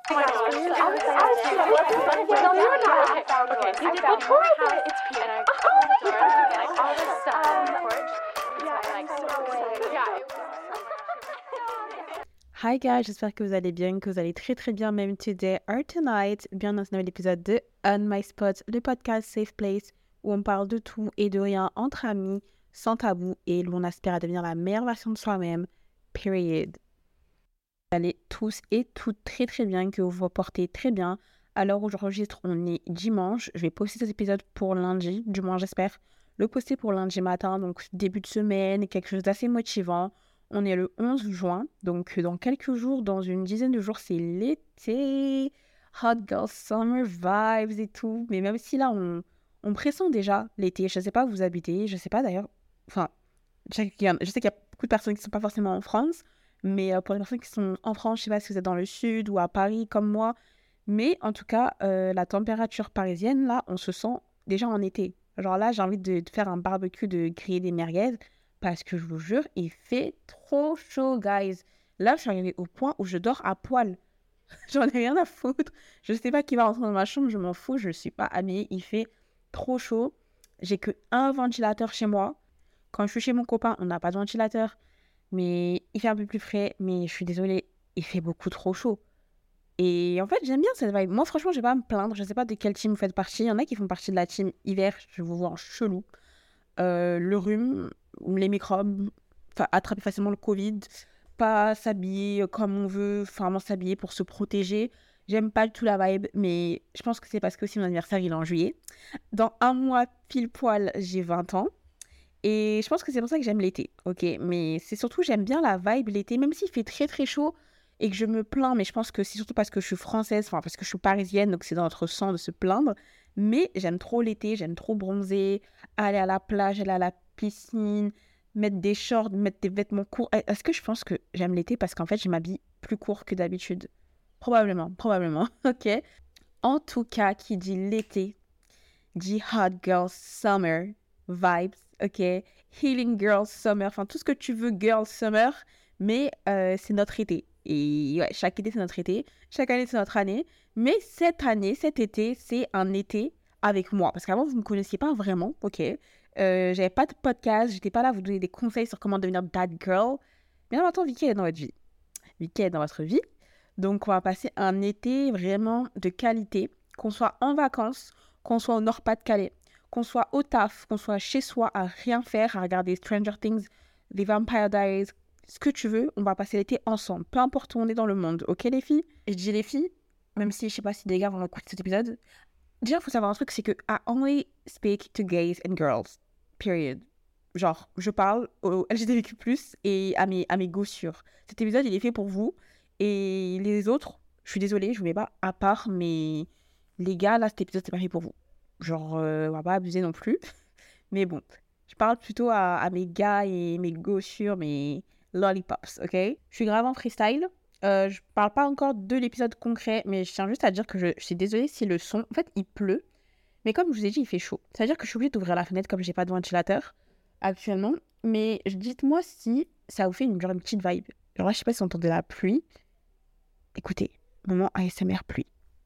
Oh my gosh, I was excited. No, you're not. Okay, you did that before it's pink. And I opened the door and like all this stuff on the porch. Yeah, I'm so excited. Yeah, it was Hi guys, j'espère que vous allez bien, que vous allez très très bien même today or tonight. Bienvenue dans ce nouvel épisode de On My Spot, le podcast Safe Place où on parle de tout et de rien entre amis, sans tabou et où on aspire à devenir la meilleure version de soi-même, period. Vous allez tous et toutes très très bien, que vous vous portez très bien. Alors où j'enregistre, on est dimanche. Je vais poster cet épisode pour lundi, du moins j'espère le poster pour lundi matin, donc début de semaine, quelque chose d'assez motivant. On est le 11 juin, donc dans quelques jours, dans une dizaine de jours, c'est l'été. Hot girl summer vibes et tout. Mais même si là, on pressent déjà l'été. Je ne sais pas où vous habitez, je ne sais pas d'ailleurs. Enfin, je sais qu'il y a beaucoup de personnes qui ne sont pas forcément en France. Mais pour les personnes qui sont en France, je ne sais pas si vous êtes dans le sud ou à Paris comme moi. Mais en tout cas, la température parisienne, là, on se sent déjà en été. Genre là, j'ai envie de faire un barbecue, de griller des merguez. Parce que je vous jure, il fait trop chaud, guys. Là, je suis arrivée au point où je dors à poil. J'en ai rien à foutre. Je ne sais pas qui va rentrer dans ma chambre, je m'en fous. Je ne suis pas habillée. Il fait trop chaud. J'ai qu'un ventilateur chez moi. Quand je suis chez mon copain, on n'a pas de ventilateur. Mais il fait un peu plus frais. Mais je suis désolée, il fait beaucoup trop chaud. Et en fait, j'aime bien cette vibe. Moi, franchement, je vais pas me plaindre. Je ne sais pas de quelle team vous faites partie. Il y en a qui font partie de la team hiver. Je vous vois en chelou. Le rhume, les microbes, attraper facilement le Covid, pas s'habiller comme on veut, vraiment s'habiller pour se protéger. J'aime pas du tout la vibe, mais je pense que c'est parce que aussi mon anniversaire il est en juillet. Dans un mois pile poil, j'ai 20 ans. Et je pense que c'est pour ça que j'aime l'été, ok? Mais c'est surtout, j'aime bien la vibe l'été, même s'il fait très très chaud et que je me plains, mais je pense que c'est surtout parce que je suis française, enfin parce que je suis parisienne, donc c'est dans notre sang de se plaindre. Mais j'aime trop l'été, j'aime trop bronzer, aller à la plage, aller à la piscine, mettre des shorts, mettre des vêtements courts. Est-ce que je pense que j'aime l'été parce qu'en fait, je m'habille plus court que d'habitude? Probablement, ok? En tout cas, qui dit l'été, dit hot girl summer vibes, ok? Healing girl summer, enfin tout ce que tu veux girl summer, mais c'est notre été. Et ouais, chaque été c'est notre été, chaque année c'est notre année. Mais cette année, cet été, c'est un été avec moi. Parce qu'avant, vous ne me connaissiez pas vraiment, ok? J'avais pas de podcast, j'étais pas là à vous donner des conseils sur comment devenir that girl. Mais là maintenant, Vicky est dans votre vie. Vicky est dans votre vie. Donc on va passer un été vraiment de qualité, qu'on soit en vacances, qu'on soit au Nord-Pas-de-Calais, qu'on soit au taf, qu'on soit chez soi à rien faire, à regarder Stranger Things, The Vampire Diaries, ce que tu veux, on va passer l'été ensemble, peu importe où on est dans le monde, ok les filles? Et je dis les filles, même si je sais pas si des gars vont écouter cet épisode, déjà il faut savoir un truc, c'est que I only speak to gays and girls, period. Genre, je parle aux LGBTQ+, et à mes gossures. Cet épisode, il est fait pour vous, et les autres, je suis désolée, je vous mets pas à part, mais les gars, là, cet épisode, c'est pas fait pour vous. Genre, on va pas abuser non plus. Mais bon, je parle plutôt à mes gars et mes gossures, mes lollipops, ok? Je suis grave en freestyle. Je parle pas encore de l'épisode concret, mais je tiens juste à dire que je suis désolée si le son... En fait, il pleut, mais comme je vous ai dit, il fait chaud. C'est-à-dire que je suis obligée d'ouvrir la fenêtre comme j'ai pas de ventilateur actuellement. Mais dites-moi si ça vous fait genre une petite vibe. Genre là, je sais pas si vous entendez la pluie. Écoutez, moment ASMR pluie.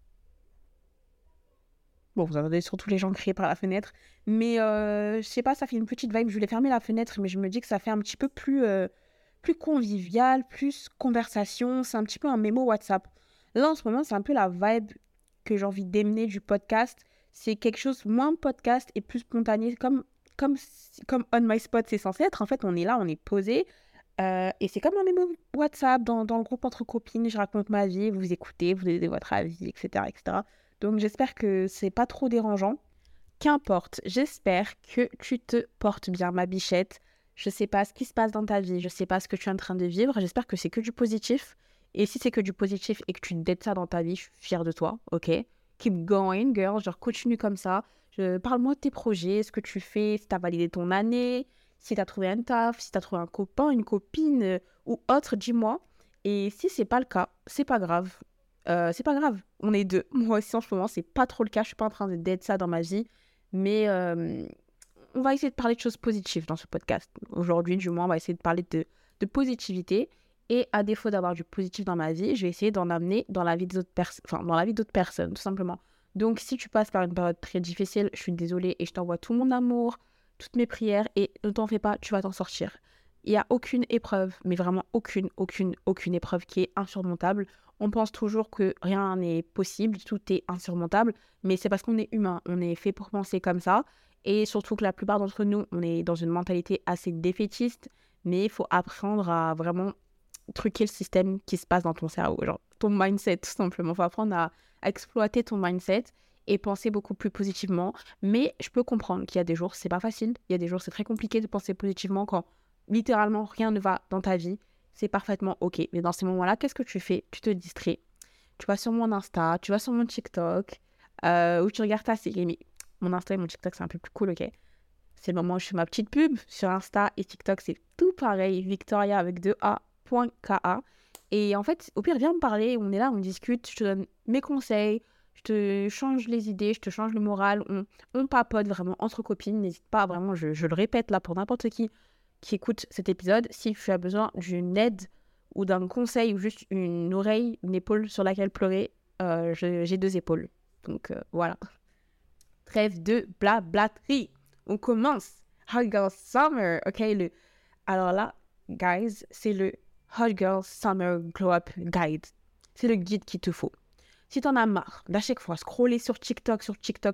Bon, vous entendez surtout les gens crier par la fenêtre. Mais je sais pas, ça fait une petite vibe. Je voulais fermer la fenêtre, mais je me dis que ça fait un petit peu plus convivial, plus conversation. C'est un petit peu un mémo WhatsApp. Là, en ce moment, c'est un peu la vibe que j'ai envie d'amener du podcast. C'est quelque chose moins podcast et plus spontané, comme On My Spot, c'est censé être. En fait, on est là, on est posé. Et c'est comme un mémo WhatsApp dans le groupe entre copines. Je raconte ma vie, vous écoutez, vous donnez votre avis, etc., etc. Donc, j'espère que c'est pas trop dérangeant. Qu'importe, j'espère que tu te portes bien, ma bichette. Je sais pas ce qui se passe dans ta vie, je sais pas ce que tu es en train de vivre. J'espère que c'est que du positif. Et si c'est que du positif et que tu dates ça dans ta vie, je suis fière de toi, ok? Keep going, girl. Genre, continue comme ça. Parle-moi de tes projets, ce que tu fais, si t'as validé ton année, si t'as trouvé un taf, si t'as trouvé un copain, une copine ou autre, dis-moi. Et si c'est pas le cas, c'est pas grave. C'est pas grave, on est deux. Moi aussi en ce moment, c'est pas trop le cas. Je suis pas en train de date ça dans ma vie. Mais on va essayer de parler de choses positives dans ce podcast. Aujourd'hui, du moins, on va essayer de parler de positivité. Et à défaut d'avoir du positif dans ma vie, je vais essayer d'en amener dans la vie dans la vie d'autres personnes, tout simplement. Donc, si tu passes par une période très difficile, je suis désolée et je t'envoie tout mon amour, toutes mes prières et ne t'en fais pas, tu vas t'en sortir. Il n'y a aucune épreuve, mais vraiment aucune épreuve qui est insurmontable. On pense toujours que rien n'est possible, tout est insurmontable, mais c'est parce qu'on est humain, on est fait pour penser comme ça. Et surtout que la plupart d'entre nous, on est dans une mentalité assez défaitiste, mais il faut apprendre à vraiment truquer le système qui se passe dans ton cerveau, genre ton mindset tout simplement. Il faut apprendre à exploiter ton mindset et penser beaucoup plus positivement. Mais je peux comprendre qu'il y a des jours, c'est pas facile. Il y a des jours, c'est très compliqué de penser positivement quand littéralement rien ne va dans ta vie. C'est parfaitement OK. Mais dans ces moments-là, qu'est-ce que tu fais? Tu te distrais. Tu vas sur mon Insta, tu vas sur mon TikTok, ou tu regardes ta série. Mais mon Insta et mon TikTok, c'est un peu plus cool, OK? C'est le moment où je fais ma petite pub. Sur Insta et TikTok, c'est tout pareil. Victoria avec 2A.ka. Et en fait, au pire, viens me parler. On est là, on discute. Je te donne mes conseils. Je te change les idées. Je te change le moral. On papote vraiment entre copines. N'hésite pas, vraiment, je le répète là pour n'importe qui écoute cet épisode. Si tu as besoin d'une aide ou d'un conseil ou juste une oreille, une épaule sur laquelle pleurer, j'ai 2 épaules. Donc voilà. Trêve de blablaterie. On commence. Hot Girl Summer. OK, alors là, guys, c'est le Hot Girl Summer Glow Up Guide. C'est le guide qu'il te faut. Si t'en as marre d'à chaque fois scroller sur TikTok,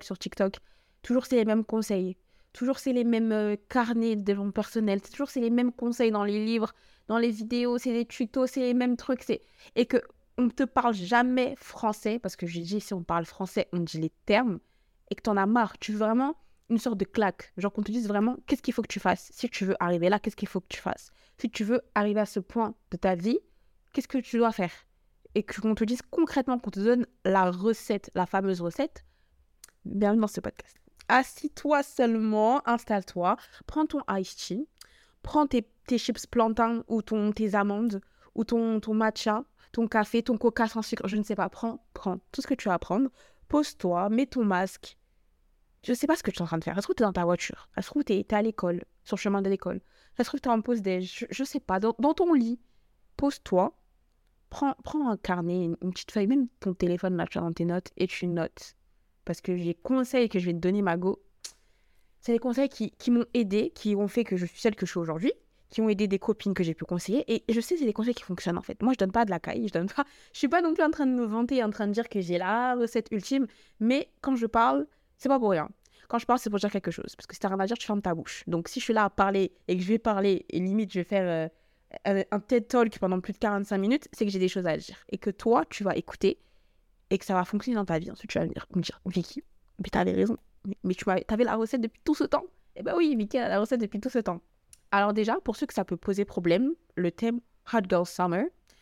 toujours c'est les mêmes conseils. Toujours c'est les mêmes carnets de développement personnel. Toujours c'est les mêmes conseils dans les livres, dans les vidéos, c'est les tutos, c'est les mêmes trucs. Et que on ne te parle jamais français, parce que j'ai dit, si on parle français, on dit les termes, et que t'en as marre. Tu veux vraiment une sorte de claque. Genre qu'on te dise vraiment, qu'est-ce qu'il faut que tu fasses? Si tu veux arriver là, qu'est-ce qu'il faut que tu fasses? Si tu veux arriver à ce point de ta vie, qu'est-ce que tu dois faire? Et qu'on te dise concrètement, qu'on te donne la recette, la fameuse recette, bienvenue dans ce podcast. Assis-toi seulement, installe-toi, prends ton iced tea, prends tes chips plantain ou tes amandes ou ton matcha, ton café, ton coca sans sucre, je ne sais pas, prends tout ce que tu as à prendre, pose-toi, mets ton masque. Je ne sais pas ce que tu es en train de faire. Ça se trouve, tu es dans ta voiture. Ça se trouve, tu es à l'école, sur le chemin de l'école. Ça se trouve, tu es en pause déj. Je ne sais pas, dans ton lit, pose-toi, prends un carnet, une petite feuille, même ton téléphone, là, tu as dans tes notes, et tu notes. Parce que les conseils que je vais te donner, Mago, c'est des conseils qui m'ont aidé, qui ont fait que je suis celle que je suis aujourd'hui, qui ont aidé des copines que j'ai pu conseiller. Et je sais, c'est des conseils qui fonctionnent, en fait. Moi, je donne pas de la caille, je suis pas non plus en train de me vanter, en train de dire que j'ai la recette ultime. Mais quand je parle, c'est pas pour rien. Quand je parle, c'est pour dire quelque chose. Parce que si t'as rien à dire, tu fermes ta bouche. Donc, si je suis là à parler et que je vais parler, et limite, je vais faire un TED Talk pendant plus de 45 minutes, c'est que j'ai des choses à dire. Et que toi, tu vas écouter et que ça va fonctionner dans ta vie. Ensuite, tu vas venir me dire, Vicky, mais t'avais raison. Mais t'avais la recette depuis tout ce temps. Eh ben oui, Vicky a la recette depuis tout ce temps. Alors déjà, pour ceux que ça peut poser problème, le thème Hot Girl Summer,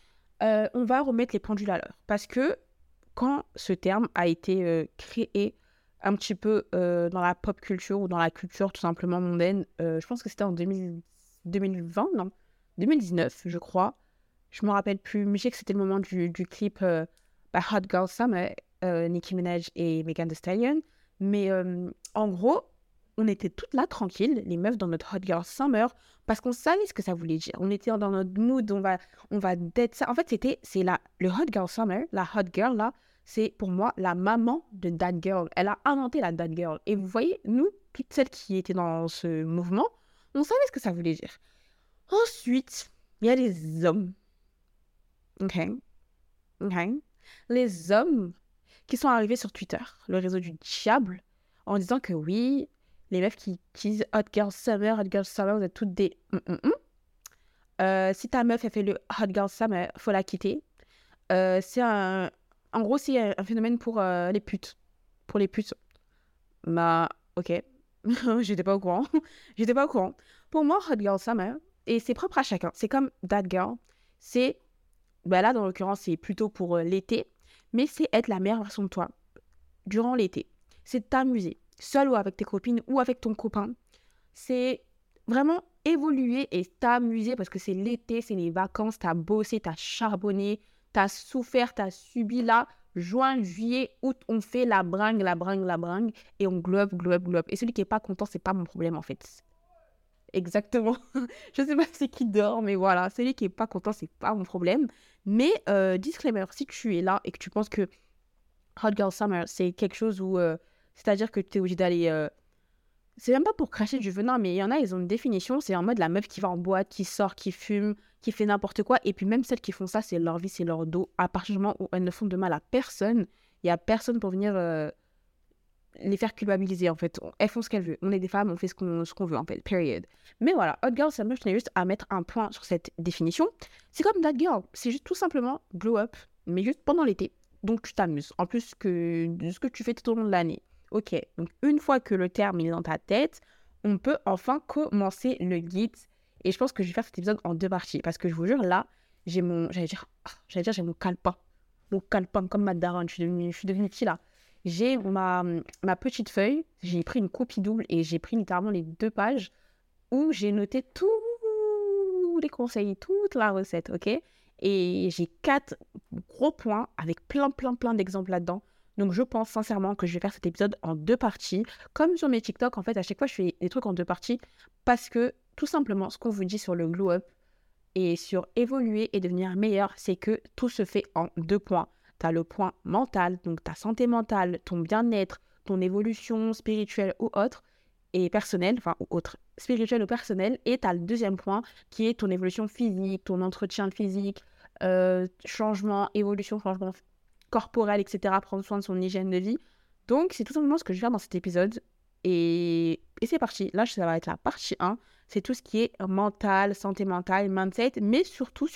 on va remettre les pendules à l'heure. Parce que quand ce terme a été créé un petit peu dans la pop culture ou dans la culture tout simplement mondaine, je pense que c'était en 2020, non 2019, je crois. Je me rappelle plus, mais je sais que c'était le moment du clip Hot Girl Summer, Nicki Minaj et Megan Thee Stallion. Mais en gros, on était toutes là tranquilles, les meufs dans notre Hot Girl Summer, parce qu'on savait ce que ça voulait dire. On était dans notre mood, on va date ça. En fait, le Hot Girl Summer, la Hot Girl là, c'est pour moi la maman de That Girl. Elle a inventé la That Girl. Et vous voyez, nous, toutes celles qui étaient dans ce mouvement, on savait ce que ça voulait dire. Ensuite, il y a les hommes. OK. Les hommes qui sont arrivés sur Twitter, le réseau du diable, en disant que oui, les meufs qui disent Hot Girl Summer, vous êtes toutes des si ta meuf elle fait le Hot Girl Summer, faut la quitter. En gros, c'est un phénomène pour les putes. Pour les putes. Bah, ok. J'étais pas au courant. Pour moi, Hot Girl Summer, et c'est propre à chacun. C'est comme That Girl. C'est, là, dans l'occurrence, c'est plutôt pour l'été, mais c'est être la meilleure version de toi durant l'été. C'est t'amuser, seul ou avec tes copines ou avec ton copain. C'est vraiment évoluer et t'amuser parce que c'est l'été, c'est les vacances, t'as bossé, t'as charbonné, t'as souffert, t'as subi là. Juin, juillet, août, on fait la bringue et on globe. Et celui qui est pas content, c'est pas mon problème en fait. exactement. Je sais pas c'est qui dort, mais voilà, celui qui est pas content, c'est pas mon problème. Mais disclaimer, si tu es là et que tu penses que Hot Girl Summer, c'est quelque chose où, c'est-à-dire que tu es obligé d'aller, c'est même pas pour cracher du venin, mais il y en a, ils ont une définition, c'est en mode la meuf qui va en boîte, qui sort, qui fume, qui fait n'importe quoi, et puis même celles qui font ça, c'est leur vie, c'est leur dos. À partir du moment où elles ne font de mal à personne, il y a personne pour venir les faire culpabiliser, en fait. Elles font ce qu'elles veulent. On est des femmes, on fait ce qu'on veut, en fait, period. Mais voilà, Hot Girl Summer, je tenais juste à mettre un point sur cette définition. C'est comme That Girl, c'est juste tout simplement glow up, mais juste pendant l'été. Donc tu t'amuses, en plus que de ce que tu fais tout au long de l'année. Ok, donc une fois que le terme il est dans ta tête, on peut enfin commencer le guide. Et je pense que je vais faire cet épisode en 2 parties, parce que je vous jure, là, j'ai mon, j'allais dire j'ai mon calepin. Mon calepin, comme ma daronne, je suis devenue qui là? J'ai ma petite feuille, j'ai pris une copie double et j'ai pris littéralement les 2 pages où j'ai noté tous les conseils, toute la recette, ok? Et j'ai 4 gros points avec plein d'exemples là-dedans. Donc je pense sincèrement que je vais faire cet épisode en 2 parties. Comme sur mes TikTok, en fait, à chaque fois, je fais des trucs en 2 parties parce que tout simplement, ce qu'on vous dit sur le glow up et sur évoluer et devenir meilleur, c'est que tout se fait en 2 points. Tu as le point mental, donc ta santé mentale, ton bien-être, ton évolution spirituelle ou autre, et personnelle, enfin, ou autre, spirituelle ou personnelle, et tu as le deuxième point qui est ton évolution physique, ton entretien physique, changement corporel, etc., prendre soin de son hygiène de vie. Donc, c'est tout simplement ce que je vais faire dans cet épisode. Et c'est parti. Là, ça va être la partie 1. C'est tout ce qui est mental, santé mentale, mindset, mais surtout,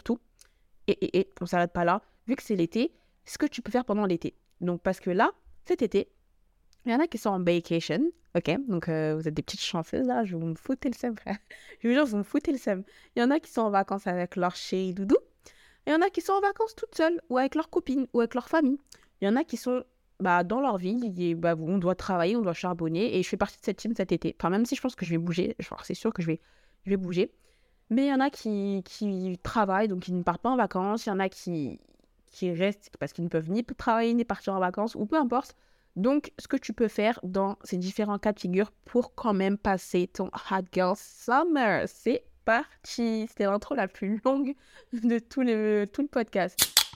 et on ne s'arrête pas là, vu que c'est l'été, ce que tu peux faire pendant l'été. Donc, parce que là, cet été, il y en a qui sont en vacation, ok? Donc, vous êtes des petites chanceuses, là, je vais vous me foutre le seum, frère. Je vous jure, vous me foutez le seum. Il y en a qui sont en vacances avec leur chéri doudou. Il y en a qui sont en vacances toutes seules, ou avec leurs copines, ou avec leur famille. Il y en a qui sont dans leur vie, et, on doit travailler, on doit charbonner, et je fais partie de cette team cet été. Enfin, même si je pense que je vais bouger, genre, c'est sûr que je vais bouger. Mais il y en a qui travaillent, donc ils ne partent pas en vacances. Il y en a qui restent parce qu'ils ne peuvent ni travailler, ni partir en vacances, ou peu importe. Donc, ce que tu peux faire dans ces différents cas de figure pour quand même passer ton Hot Girl Summer. C'est parti. C'était l'intro la plus longue de tout le podcast.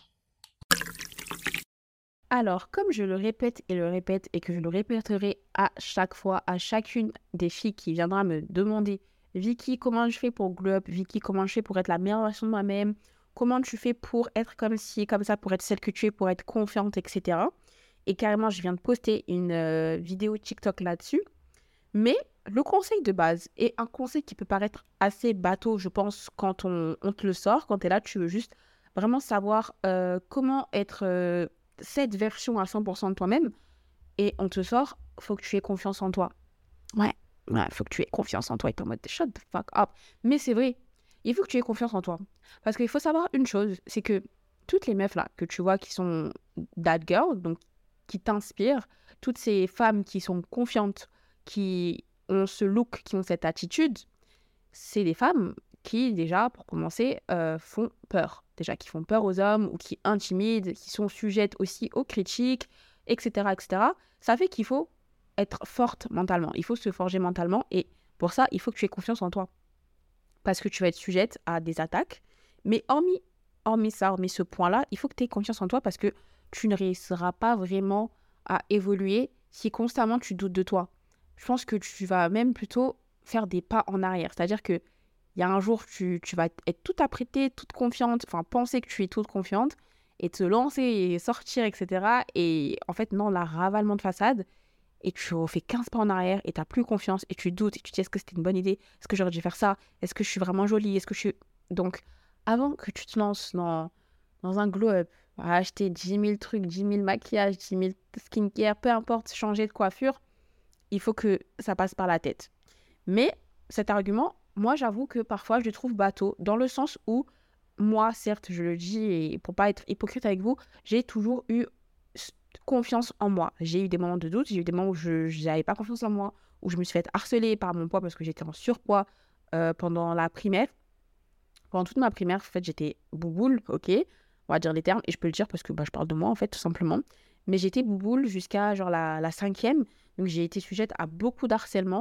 Alors, comme je le répète et que je le répéterai à chaque fois, à chacune des filles qui viendra me demander « Vicky, comment je fais pour glow up? Vicky, comment je fais pour être la meilleure version de moi-même? Comment tu fais pour être comme ci, comme ça, pour être celle que tu es, pour être confiante, etc. » Et carrément, je viens de poster une vidéo TikTok là-dessus. Mais le conseil de base est un conseil qui peut paraître assez bateau, je pense, quand on te le sort, quand tu es là, tu veux juste vraiment savoir comment être cette version à 100% de toi-même. Et on te sort, faut que tu aies confiance en toi. Ouais, faut que tu aies confiance en toi. Et t'es en mode, shut the fuck up. Mais c'est vrai, il faut que tu aies confiance en toi. Parce qu'il faut savoir une chose, c'est que toutes les meufs là que tu vois qui sont that girl, donc qui t'inspirent, toutes ces femmes qui sont confiantes, qui ont ce look, qui ont cette attitude, c'est des femmes qui, déjà, pour commencer, font peur. Déjà, qui font peur aux hommes ou qui intimident, qui sont sujettes aussi aux critiques, etc., etc. Ça fait qu'il faut être forte mentalement. Il faut se forger mentalement et pour ça, il faut que tu aies confiance en toi. Parce que tu vas être sujette à des attaques. Mais hormis ce point-là, il faut que tu aies confiance en toi parce que tu ne réussiras pas vraiment à évoluer si constamment tu doutes de toi. Je pense que tu vas même plutôt faire des pas en arrière. C'est-à-dire que il y a un jour, tu vas être toute apprêtée, toute confiante, enfin penser que tu es toute confiante et te lancer et sortir, etc. Et en fait, non, la ravalement de façade et tu fais 15 pas en arrière et tu n'as plus confiance et tu doutes et tu te dis est-ce que c'était une bonne idée? Est-ce que j'aurais dû faire ça? Est-ce que je suis vraiment jolie? Est-ce que je suis... Donc, avant que tu te lances dans un glow-up, à acheter 10 000 trucs, 10 000 maquillages, 10 000 skincare, peu importe, changer de coiffure, il faut que ça passe par la tête. Mais cet argument, moi, j'avoue que parfois, je le trouve bateau, dans le sens où, moi, certes, je le dis, et pour pas être hypocrite avec vous, j'ai toujours eu confiance en moi. J'ai eu des moments de doute, j'ai eu des moments où je n'avais pas confiance en moi, où je me suis fait harceler par mon poids parce que j'étais en surpoids pendant la primaire. Pendant toute ma primaire, en fait, j'étais bouboule, ok, on va dire les termes, et je peux le dire parce que je parle de moi, en fait, tout simplement. Mais j'étais bouboule jusqu'à genre la 5e, donc j'ai été sujette à beaucoup d'harcèlement.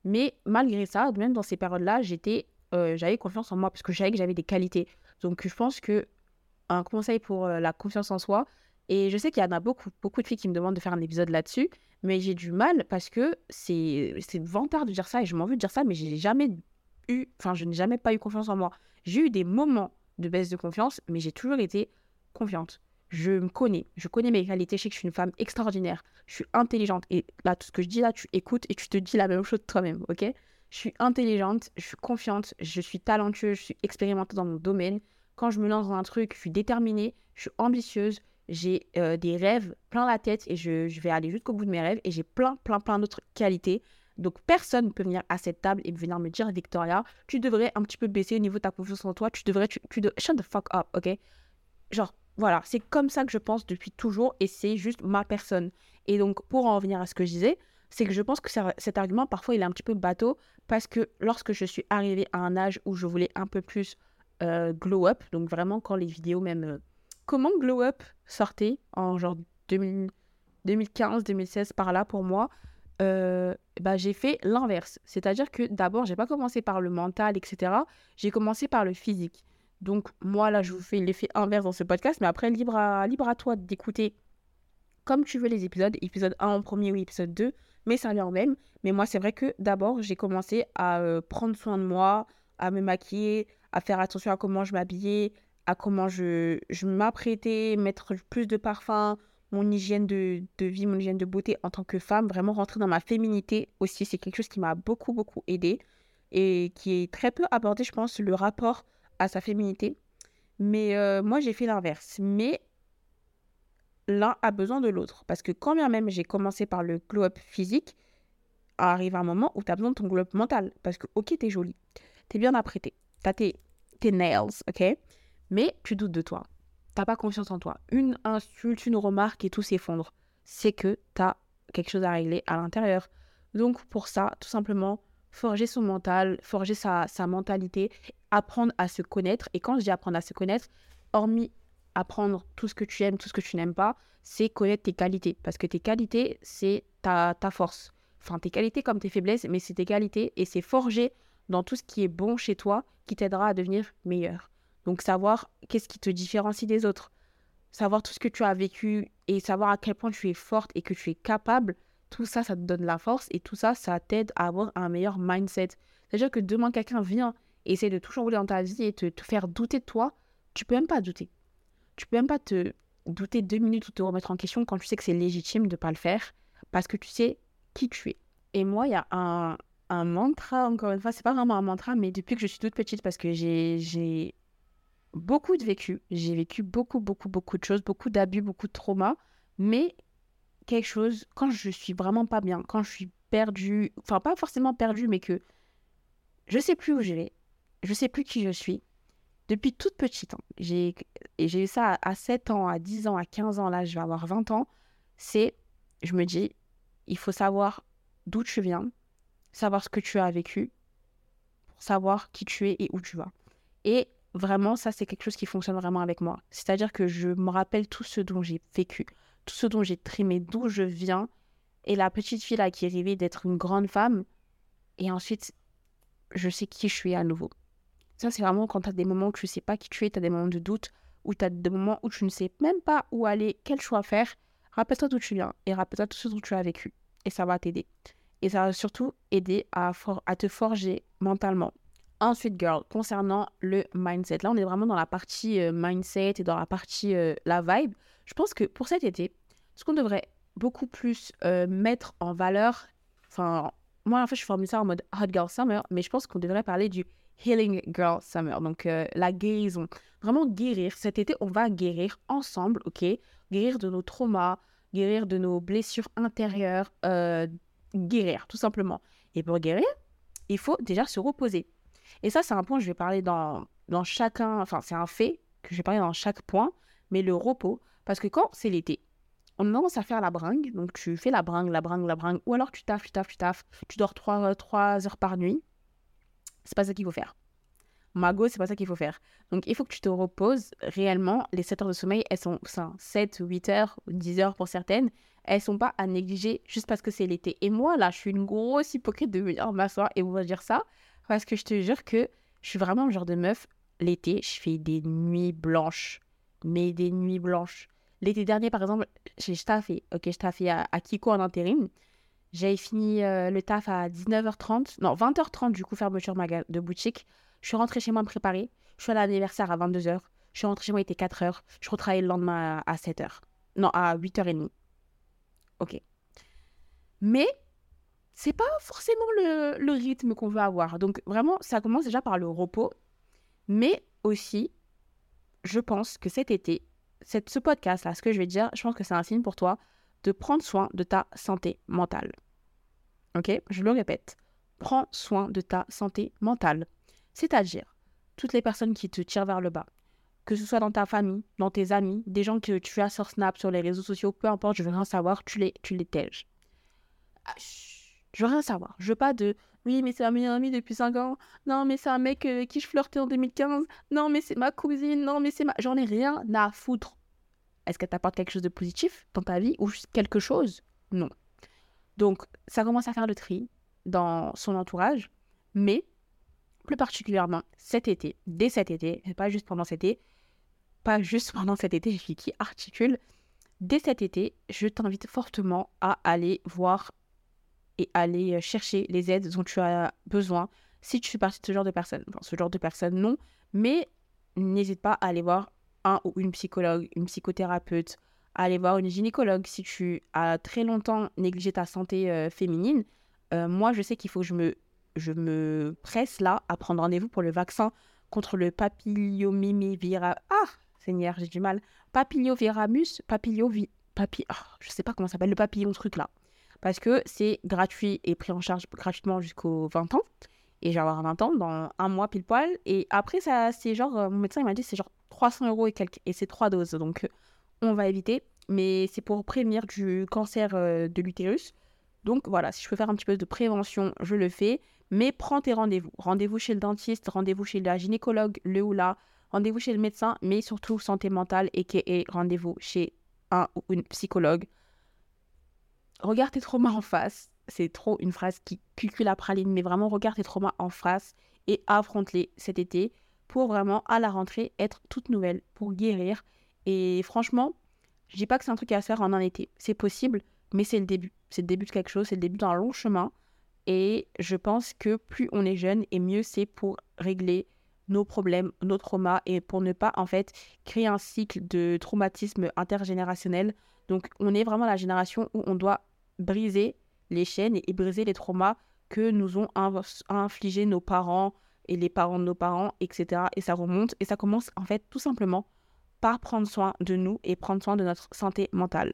Mais malgré ça, même dans ces périodes-là, j'avais confiance en moi parce que je savais que j'avais des qualités. Donc, je pense que un conseil pour la confiance en soi, et je sais qu'il y en a beaucoup, beaucoup de filles qui me demandent de faire un épisode là-dessus, mais j'ai du mal parce que c'est vantard de dire ça et je m'en veux de dire ça, mais je n'ai jamais pas eu confiance en moi. J'ai eu des moments de baisse de confiance, mais j'ai toujours été confiante. Je connais mes qualités, je sais que je suis une femme extraordinaire, je suis intelligente. Et là, tout ce que je dis là, tu écoutes et tu te dis la même chose toi-même, ok? Je suis intelligente, je suis confiante, je suis talentueuse, je suis expérimentée dans mon domaine. Quand je me lance dans un truc, je suis déterminée, je suis ambitieuse, j'ai des rêves plein la tête et je vais aller jusqu'au bout de mes rêves et j'ai plein d'autres qualités. Donc, personne ne peut venir à cette table et venir me dire, Victoria, tu devrais un petit peu baisser au niveau de ta confiance en toi, shut the fuck up, ok? Genre, voilà, c'est comme ça que je pense depuis toujours et c'est juste ma personne. Et donc, pour en revenir à ce que je disais, c'est que je pense que cet argument, parfois, il est un petit peu bateau parce que lorsque je suis arrivée à un âge où je voulais un peu plus glow up, donc vraiment quand les vidéos même... comment glow up sortait en genre 2015, 2016 par là pour moi, j'ai fait l'inverse. C'est-à-dire que d'abord, j'ai pas commencé par le mental, etc. J'ai commencé par le physique. Donc, moi, là, je vous fais l'effet inverse dans ce podcast, mais après, libre à toi d'écouter comme tu veux les épisodes, épisode 1 en premier ou épisode 2, mais ça vient en même. Mais moi, c'est vrai que d'abord, j'ai commencé à prendre soin de moi, à me maquiller, à faire attention à comment je m'habillais, à comment je m'apprêtais, mettre plus de parfum, mon hygiène de vie, mon hygiène de beauté en tant que femme, vraiment rentrer dans ma féminité aussi, c'est quelque chose qui m'a beaucoup, beaucoup aidée et qui est très peu abordé, je pense, le rapport à sa féminité. Mais moi, j'ai fait l'inverse. Mais l'un a besoin de l'autre. Parce que quand bien même j'ai commencé par le glow-up physique, arrive un moment où tu as besoin de ton glow-up mental. Parce que, ok, t'es jolie, t'es bien apprêtée, t'as tes nails, ok? Mais tu doutes de toi. T'as pas confiance en toi. Une insulte, une remarque et tout s'effondre. C'est que t'as quelque chose à régler à l'intérieur. Donc, pour ça, tout simplement, forger son mental, forger sa mentalité, apprendre à se connaître. Et quand je dis apprendre à se connaître, hormis apprendre tout ce que tu aimes, tout ce que tu n'aimes pas, c'est connaître tes qualités. Parce que tes qualités, c'est ta force. Enfin, tes qualités comme tes faiblesses, mais c'est tes qualités et c'est forgé dans tout ce qui est bon chez toi qui t'aidera à devenir meilleur. Donc, savoir qu'est-ce qui te différencie des autres, savoir tout ce que tu as vécu et savoir à quel point tu es forte et que tu es capable, tout ça, ça te donne la force et tout ça, ça t'aide à avoir un meilleur mindset. C'est-à-dire que demain, quelqu'un vient et essaie de tout chambouler dans ta vie et te faire douter de toi, tu peux même pas douter. Tu peux même pas te douter 2 minutes ou te remettre en question quand tu sais que c'est légitime de ne pas le faire parce que tu sais qui tu es. Et moi, il y a un mantra, encore une fois, c'est pas vraiment un mantra, mais depuis que je suis toute petite, parce que j'ai beaucoup de vécu, j'ai vécu beaucoup de choses, beaucoup d'abus, beaucoup de traumas, mais quelque chose, quand je suis vraiment pas bien, quand je suis perdue, enfin pas forcément perdue, mais que je sais plus où je vais, je sais plus qui je suis, depuis toute petite, hein, j'ai eu ça à 7 ans, à 10 ans, à 15 ans, là je vais avoir 20 ans, je me dis, il faut savoir d'où tu viens, savoir ce que tu as vécu, pour savoir qui tu es et où tu vas. Et vraiment, ça c'est quelque chose qui fonctionne vraiment avec moi. C'est-à-dire que je me rappelle tout ce dont j'ai vécu, tout ce dont j'ai trimé, d'où je viens, et la petite fille là qui est rêvée d'être une grande femme, et ensuite, je sais qui je suis à nouveau. Ça, c'est vraiment quand tu as des moments où tu ne sais pas qui tu es, tu as des moments de doute, où tu as des moments où tu ne sais même pas où aller, quel choix faire. Rappelle-toi d'où tu viens et rappelle-toi tout ce dont tu as vécu. Et ça va t'aider. Et ça va surtout aider à te forger mentalement. Ensuite, girl, concernant le mindset. Là, on est vraiment dans la partie mindset et dans la partie la vibe. Je pense que pour cet été, ce qu'on devrait beaucoup plus mettre en valeur, enfin, moi, en fait, je formule ça en mode Hot Girl Summer, mais je pense qu'on devrait parler du Healing Girl Summer, donc la guérison. Vraiment guérir. Cet été, on va guérir ensemble, ok? Guérir de nos traumas, guérir de nos blessures intérieures, guérir, tout simplement. Et pour guérir, il faut déjà se reposer. Et ça, c'est un point que je vais parler dans chacun, enfin, c'est un fait que je vais parler dans chaque point, mais le repos, parce que quand c'est l'été, on commence à faire la bringue, donc tu fais la bringue, ou alors tu taffes, tu dors 3 heures par nuit. C'est pas ça qu'il faut faire. Mago, c'est pas ça qu'il faut faire. Donc, il faut que tu te reposes réellement. Les 7 heures de sommeil, elles sont 7, 8 heures, 10 heures pour certaines. Elles sont pas à négliger juste parce que c'est l'été. Et moi, là, je suis une grosse hypocrite de venir m'asseoir et vous dire ça. Parce que je te jure que je suis vraiment le genre de meuf. L'été, je fais des nuits blanches. Mais des nuits blanches. L'été dernier, par exemple, je taffais à Kiko en intérim. J'avais fini le taf à 19h30. Non, 20h30, du coup, fermeture de boutique. Je suis rentrée chez moi me préparer. Je suis allée à l'anniversaire à 22h. Je suis rentrée chez moi, il était 4h. Je retravaillais le lendemain à 7h. Non, à 8h30. Ok. Mais c'est pas forcément le rythme qu'on veut avoir. Donc, vraiment, ça commence déjà par le repos. Mais aussi, je pense que cet été, ce podcast-là, ce que je vais te dire, je pense que c'est un signe pour toi de prendre soin de ta santé mentale. Ok, je le répète, prends soin de ta santé mentale. C'est-à-dire, toutes les personnes qui te tirent vers le bas, que ce soit dans ta famille, dans tes amis, des gens que tu as sur Snap, sur les réseaux sociaux, peu importe, je veux rien savoir, tu les tèges. Je veux rien savoir. Je veux pas de « oui, mais c'est un meilleur ami depuis 5 ans. Non, mais c'est un mec qui je flirtais en 2015. Non, mais c'est ma cousine. Non, mais c'est ma... » J'en ai rien à foutre. Est-ce qu'elle t'apporte quelque chose de positif dans ta vie ou juste quelque chose? Non. Donc, ça commence à faire le tri dans son entourage, mais plus particulièrement cet été, dès cet été, pas juste pendant cet été, je suis qui articule, dès cet été, je t'invite fortement à aller voir et aller chercher les aides dont tu as besoin si tu fais partie de ce genre de personnes. Enfin, ce genre de personnes, non, mais n'hésite pas à aller voir un ou une psychologue, une psychothérapeute, à aller voir une gynécologue si tu as très longtemps négligé ta santé féminine. Moi, je sais qu'il faut que je me presse là à prendre rendez-vous pour le vaccin contre le papillomavirus. Ah, Seigneur, j'ai du mal. Je sais pas comment ça s'appelle, le papillon truc là. Parce que c'est gratuit et pris en charge gratuitement jusqu'aux 20 ans. Et je vais avoir 20 ans dans un mois pile poil. Et après, ça, c'est genre, mon médecin il m'a dit c'est genre 300 € et quelques. Et c'est 3 doses. Donc, on va éviter. Mais c'est pour prévenir du cancer de l'utérus. Donc, voilà, si je peux faire un petit peu de prévention, je le fais. Mais prends tes rendez-vous. Rendez-vous chez le dentiste, rendez-vous chez la gynécologue, le ou la. Rendez-vous chez le médecin, mais surtout santé mentale et rendez-vous chez un ou une psychologue. Regarde tes traumas en face. C'est trop une phrase qui cucule la praline, mais vraiment regarde tes traumas en face et affronte-les cet été pour vraiment à la rentrée être toute nouvelle, pour guérir. Et franchement, je dis pas que c'est un truc à se faire en un été. C'est possible, mais c'est le début. C'est le début de quelque chose, c'est le début d'un long chemin. Et je pense que plus on est jeune, et mieux c'est pour régler nos problèmes, nos traumas, et pour ne pas en fait créer un cycle de traumatisme intergénérationnel. Donc on est vraiment la génération où on doit briser les chaînes et briser les traumas que nous ont infligés nos parents et les parents de nos parents, etc. Et ça remonte et ça commence en fait tout simplement par prendre soin de nous et prendre soin de notre santé mentale.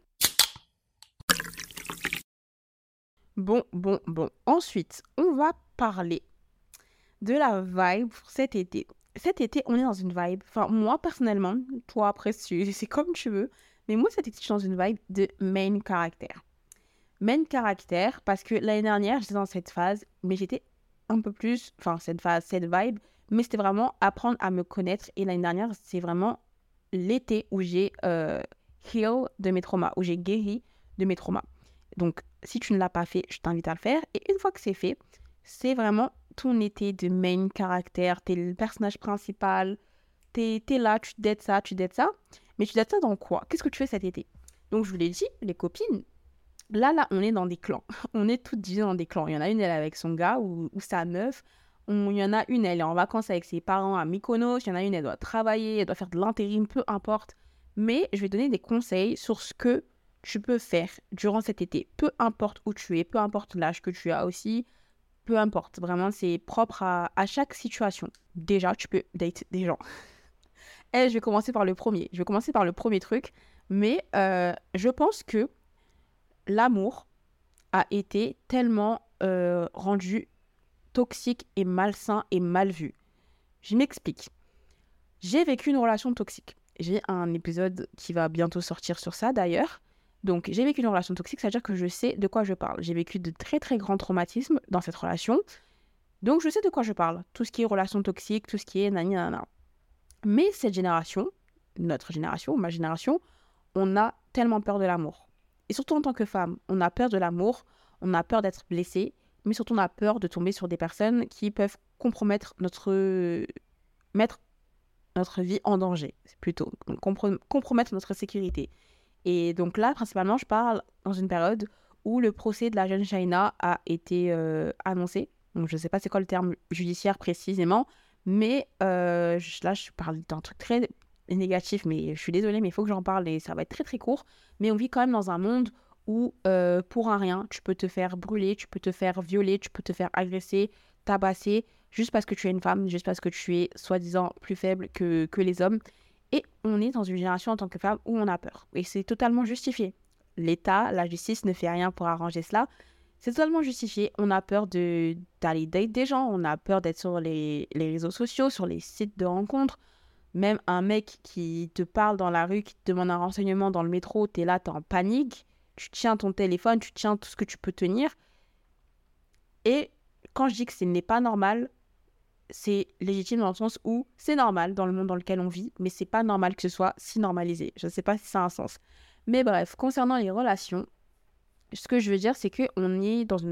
Bon. Ensuite, on va parler de la vibe pour cet été. Cet été, on est dans une vibe. Enfin, moi, personnellement, toi, après, c'est comme tu veux. Mais moi, cet été, je suis dans une vibe de main character. Main character, parce que l'année dernière, j'étais dans cette phase, mais j'étais un peu plus... Enfin, cette vibe, mais c'était vraiment apprendre à me connaître. Et l'année dernière, c'est vraiment l'été où j'ai heal de mes traumas, où j'ai guéri de mes traumas. Donc, si tu ne l'as pas fait, je t'invite à le faire. Et une fois que c'est fait, c'est vraiment ton été de main caractère. T'es le personnage principal. T'es là, tu dates ça. Mais tu dates ça dans quoi? Qu'est-ce que tu fais cet été? Donc, je vous l'ai dit, les copines, là, on est dans des clans. On est toutes divisées dans des clans. Il y en a une, elle est avec son gars ou sa meuf. Il y en a une, elle est en vacances avec ses parents à Mykonos. Il y en a une, elle doit travailler, elle doit faire de l'intérim, peu importe. Mais je vais donner des conseils sur ce que tu peux faire durant cet été. Peu importe où tu es, peu importe l'âge que tu as aussi, peu importe. Vraiment, c'est propre à chaque situation. Déjà, tu peux date des gens. Et je vais commencer par le premier truc. Mais je pense que l'amour a été tellement rendu toxique et malsain et mal vu. Je m'explique. J'ai vécu une relation toxique. J'ai un épisode qui va bientôt sortir sur ça d'ailleurs. Donc, j'ai vécu une relation toxique, c'est-à-dire que je sais de quoi je parle. J'ai vécu de très très grands traumatismes dans cette relation. Donc, je sais de quoi je parle. Tout ce qui est relations toxiques, tout ce qui est nani nana. Mais cette génération, notre génération, ma génération, on a tellement peur de l'amour. Et surtout en tant que femme, on a peur de l'amour, on a peur d'être blessé, mais surtout on a peur de tomber sur des personnes qui peuvent mettre notre vie en danger, c'est plutôt, donc compromettre notre sécurité. Et donc là, principalement, je parle dans une période où le procès de la jeune Shaina a été annoncé. Donc je ne sais pas c'est quoi le terme judiciaire précisément, mais là, je parle d'un truc très négatif, mais je suis désolée, mais il faut que j'en parle et ça va être très très court. Mais on vit quand même dans un monde où pour un rien, tu peux te faire brûler, tu peux te faire violer, tu peux te faire agresser, tabasser, juste parce que tu es une femme, juste parce que tu es soi-disant plus faible que les hommes. Et on est dans une génération en tant que femme où on a peur. Et c'est totalement justifié. L'État, la justice ne fait rien pour arranger cela. C'est totalement justifié. On a peur d'aller date des gens. On a peur d'être sur les réseaux sociaux, sur les sites de rencontres. Même un mec qui te parle dans la rue, qui te demande un renseignement dans le métro, t'es là, t'es en panique. Tu tiens ton téléphone, tu tiens tout ce que tu peux tenir. Et quand je dis que ce n'est pas normal, c'est légitime dans le sens où c'est normal dans le monde dans lequel on vit, mais c'est pas normal que ce soit si normalisé. Je ne sais pas si ça a un sens. Mais bref, concernant les relations, ce que je veux dire, c'est qu'on est dans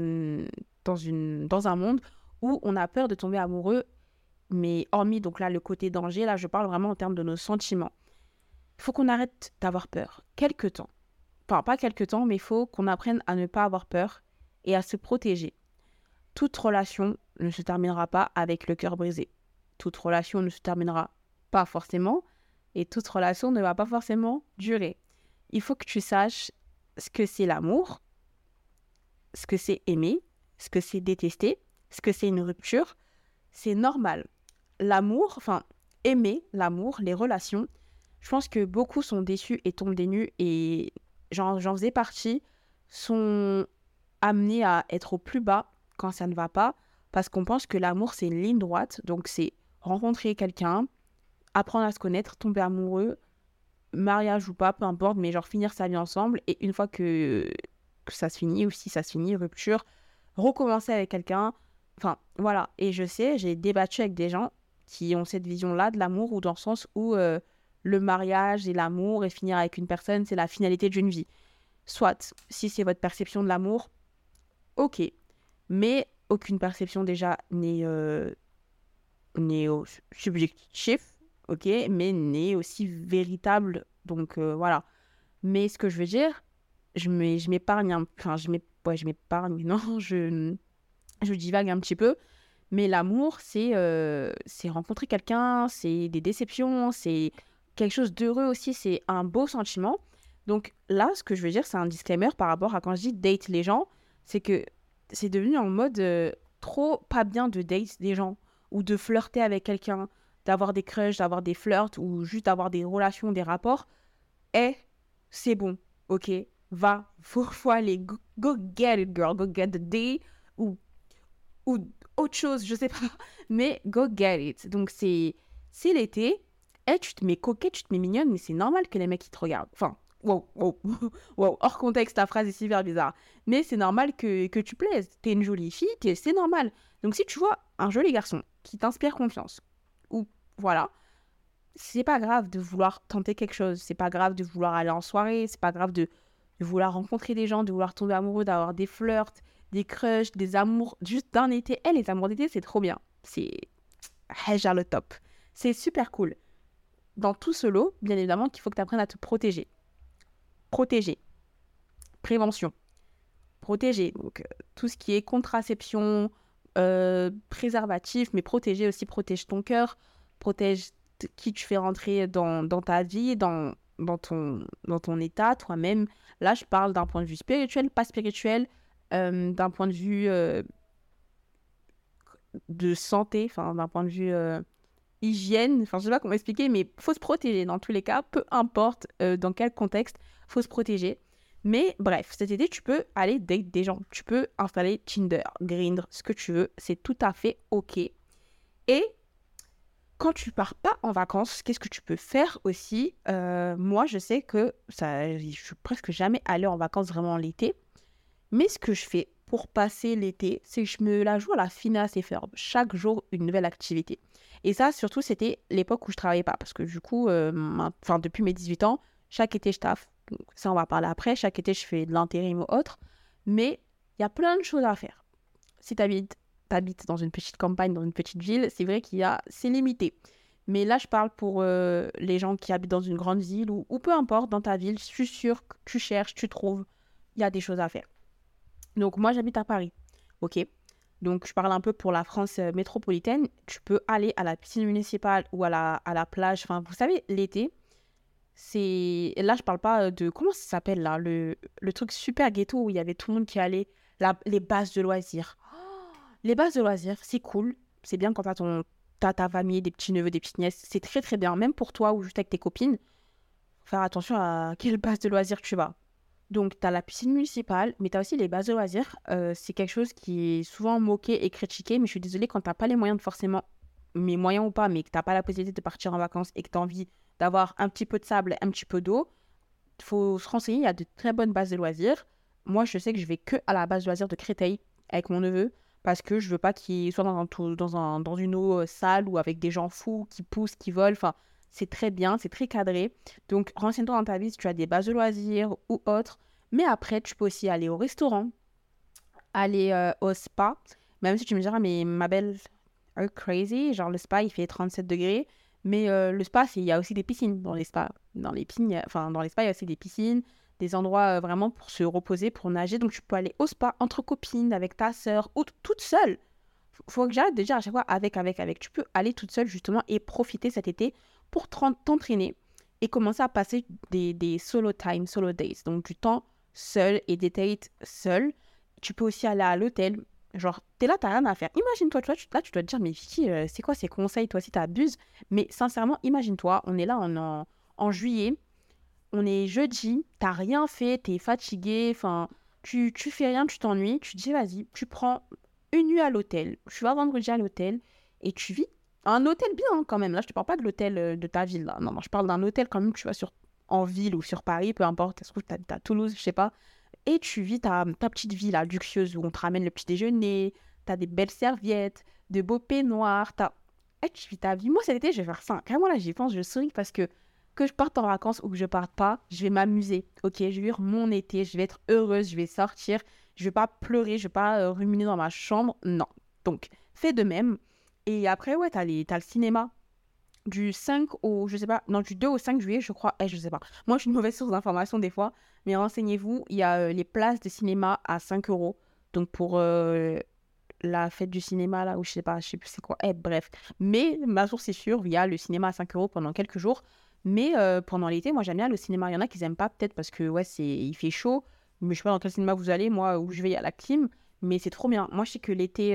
un monde où on a peur de tomber amoureux, mais hormis donc là le côté danger, là je parle vraiment en termes de nos sentiments. Il faut qu'on arrête d'avoir peur, quelque temps. Enfin, pas quelque temps, mais il faut qu'on apprenne à ne pas avoir peur et à se protéger. Toute relation ne se terminera pas avec le cœur brisé. Toute relation ne se terminera pas forcément et toute relation ne va pas forcément durer. Il faut que tu saches ce que c'est l'amour, ce que c'est aimer, ce que c'est détester, ce que c'est une rupture. C'est normal. L'amour, enfin, aimer l'amour, les relations, je pense que beaucoup sont déçus et tombent des nues et j'en faisais partie, sont amenés à être au plus bas quand ça ne va pas, parce qu'on pense que l'amour, c'est une ligne droite. Donc, c'est rencontrer quelqu'un, apprendre à se connaître, tomber amoureux, mariage ou pas, peu importe, mais genre finir sa vie ensemble. Et une fois que ça se finit, ou si ça se finit, rupture, recommencer avec quelqu'un. Enfin, voilà. Et je sais, j'ai débattu avec des gens qui ont cette vision-là de l'amour, ou dans le sens où le mariage et l'amour et finir avec une personne, c'est la finalité d'une vie. Soit, si c'est votre perception de l'amour, ok. Mais aucune perception déjà n'est subjectif, ok, mais n'est aussi véritable. Donc voilà. Mais ce que je veux dire, je m'épargne, enfin je m'épargne, non, je divague un petit peu. Mais l'amour, c'est rencontrer quelqu'un, c'est des déceptions, c'est quelque chose d'heureux aussi, c'est un beau sentiment. Donc là, ce que je veux dire, c'est un disclaimer par rapport à quand je dis date les gens, c'est que c'est devenu en mode trop pas bien de date des gens ou de flirter avec quelqu'un, d'avoir des crushs, d'avoir des flirts ou juste d'avoir des relations, des rapports. Et c'est bon, ok, faut aller, go get it girl, go get the day ou autre chose, je sais pas, mais go get it. Donc c'est l'été, et tu te mets coquette, tu te mets mignonne, mais c'est normal que les mecs ils te regardent. Enfin, wow, hors contexte, ta phrase est super bizarre. Mais c'est normal que tu plaises. T'es une jolie fille, c'est normal. Donc si tu vois un joli garçon qui t'inspire confiance, ou voilà, c'est pas grave de vouloir tenter quelque chose, c'est pas grave de vouloir aller en soirée, c'est pas grave de vouloir rencontrer des gens, de vouloir tomber amoureux, d'avoir des flirts, des crushs, des amours juste d'un été. Les amours d'été, c'est trop bien. C'est déjà le top. C'est super cool. Dans tout ce lot, bien évidemment, qu'il faut que tu apprennes à te protéger. Protéger. Prévention. Protéger. Donc, tout ce qui est contraception, préservatif, mais protéger aussi, protège ton cœur, protège qui tu fais rentrer dans ta vie, dans ton état, toi-même. Là, je parle d'un point de vue spirituel, pas spirituel, d'un point de vue de santé, enfin d'un point de vue hygiène, enfin je sais pas comment expliquer, mais faut se protéger dans tous les cas, peu importe dans quel contexte, faut se protéger. Mais bref, cet été, tu peux aller date des gens, tu peux installer Tinder, Grindr, ce que tu veux, c'est tout à fait ok. Et quand tu pars pas en vacances, qu'est-ce que tu peux faire aussi? Moi, je sais que je suis presque jamais allée en vacances vraiment l'été. Mais ce que je fais pour passer l'été, c'est que je me la joue à la finesse et faire chaque jour une nouvelle activité. Et ça, surtout, c'était l'époque où je travaillais pas. Parce que du coup, depuis mes 18 ans, chaque été, je taffe. Donc, ça, on va parler après. Chaque été, je fais de l'intérim ou autre. Mais il y a plein de choses à faire. Si t'habites dans une petite campagne, dans une petite ville, c'est vrai c'est limité. Mais là, je parle pour les gens qui habitent dans une grande ville ou peu importe, dans ta ville, je suis sûre que tu cherches, tu trouves, il y a des choses à faire. Donc, moi, j'habite à Paris, ok? Donc, je parle un peu pour la France métropolitaine. Tu peux aller à la piscine municipale ou à la plage. Enfin, vous savez, l'été, c'est... Là, je parle pas de... Comment ça s'appelle, là? Le truc super ghetto où il y avait tout le monde qui allait... Les bases de loisirs. Les bases de loisirs, c'est cool. C'est bien quand t'as ta famille, des petits neveux, des petites nièces. C'est très, très bien. Même pour toi ou juste avec tes copines. Faut faire attention à quelle base de loisirs tu vas. Donc, tu as la piscine municipale, mais tu as aussi les bases de loisirs. C'est quelque chose qui est souvent moqué et critiqué, mais je suis désolée, quand tu n'as pas les moyens de forcément, mais moyens ou pas, mais que tu n'as pas la possibilité de partir en vacances et que tu as envie d'avoir un petit peu de sable, un petit peu d'eau, il faut se renseigner, il y a de très bonnes bases de loisirs. Moi, je sais que je vais que à la base de loisirs de Créteil avec mon neveu, parce que je veux pas qu'il soit dans une eau sale ou avec des gens fous qui poussent, qui volent. Enfin, c'est très bien, c'est très cadré. Donc, renseigne-toi dans ta vie si tu as des bases de loisirs ou autres. Mais après, tu peux aussi aller au restaurant, aller au spa. Même si tu me diras, mais ma belle, are you crazy? Genre, le spa, il fait 37 degrés. Mais le spa, il y a aussi des piscines dans les spas. Dans les piscines, dans les spas, il y a aussi des piscines, des endroits vraiment pour se reposer, pour nager. Donc, tu peux aller au spa entre copines, avec ta sœur ou toute seule. Faut que j'arrête de dire à chaque fois avec. Tu peux aller toute seule, justement, et profiter cet été pour t'entraîner et commencer à passer des solo time, solo days. Donc, du temps seul et des dates seuls. Tu peux aussi aller à l'hôtel. Genre, t'es là, t'as rien à faire. Imagine-toi, là, tu dois te dire, mais Vicky, c'est quoi ces conseils? Toi aussi, t'abuses. Mais sincèrement, imagine-toi, on est là en juillet, on est jeudi, t'as rien fait, t'es fatigué, enfin, tu fais rien, tu t'ennuies, tu te dis, vas-y, tu prends une nuit à l'hôtel. Tu vas vendredi à l'hôtel et tu vis un hôtel bien quand même. Là, je te parle pas de l'hôtel de ta ville, là. Non, je parle d'un hôtel quand même que tu vas en ville ou sur Paris, peu importe. Est-ce que tu habites à Toulouse, je sais pas. Et tu vis ta petite vie là, luxueuse, où on te ramène le petit déjeuner, t'as des belles serviettes, de beaux peignoirs, Et tu vis ta vie. Moi, cet été, je vais faire ça. Carrément, là, j'y pense, je souris parce que je parte en vacances ou que je parte pas, je vais m'amuser. Ok, je vais vivre mon été, je vais être heureuse, je vais sortir, je vais pas pleurer, je vais pas ruminer dans ma chambre. Non. Donc, fais de même. Et après, ouais, t'as le cinéma du 5 au, je sais pas, non, du 2 au 5 juillet, je crois. Je sais pas. Moi, je suis une mauvaise source d'information des fois, mais renseignez-vous, il y a les places de cinéma à 5 euros. Donc, pour la fête du cinéma, là, ou je sais plus c'est quoi. Bref. Mais ma source est sûre, il y a le cinéma à 5 euros pendant quelques jours. Mais pendant l'été, moi, j'aime bien le cinéma. Il y en a qui n'aiment pas, peut-être parce que, ouais, il fait chaud. Mais je sais pas dans quel cinéma vous allez. Moi, où je vais, il y a la clim. Mais c'est trop bien. Moi, je sais que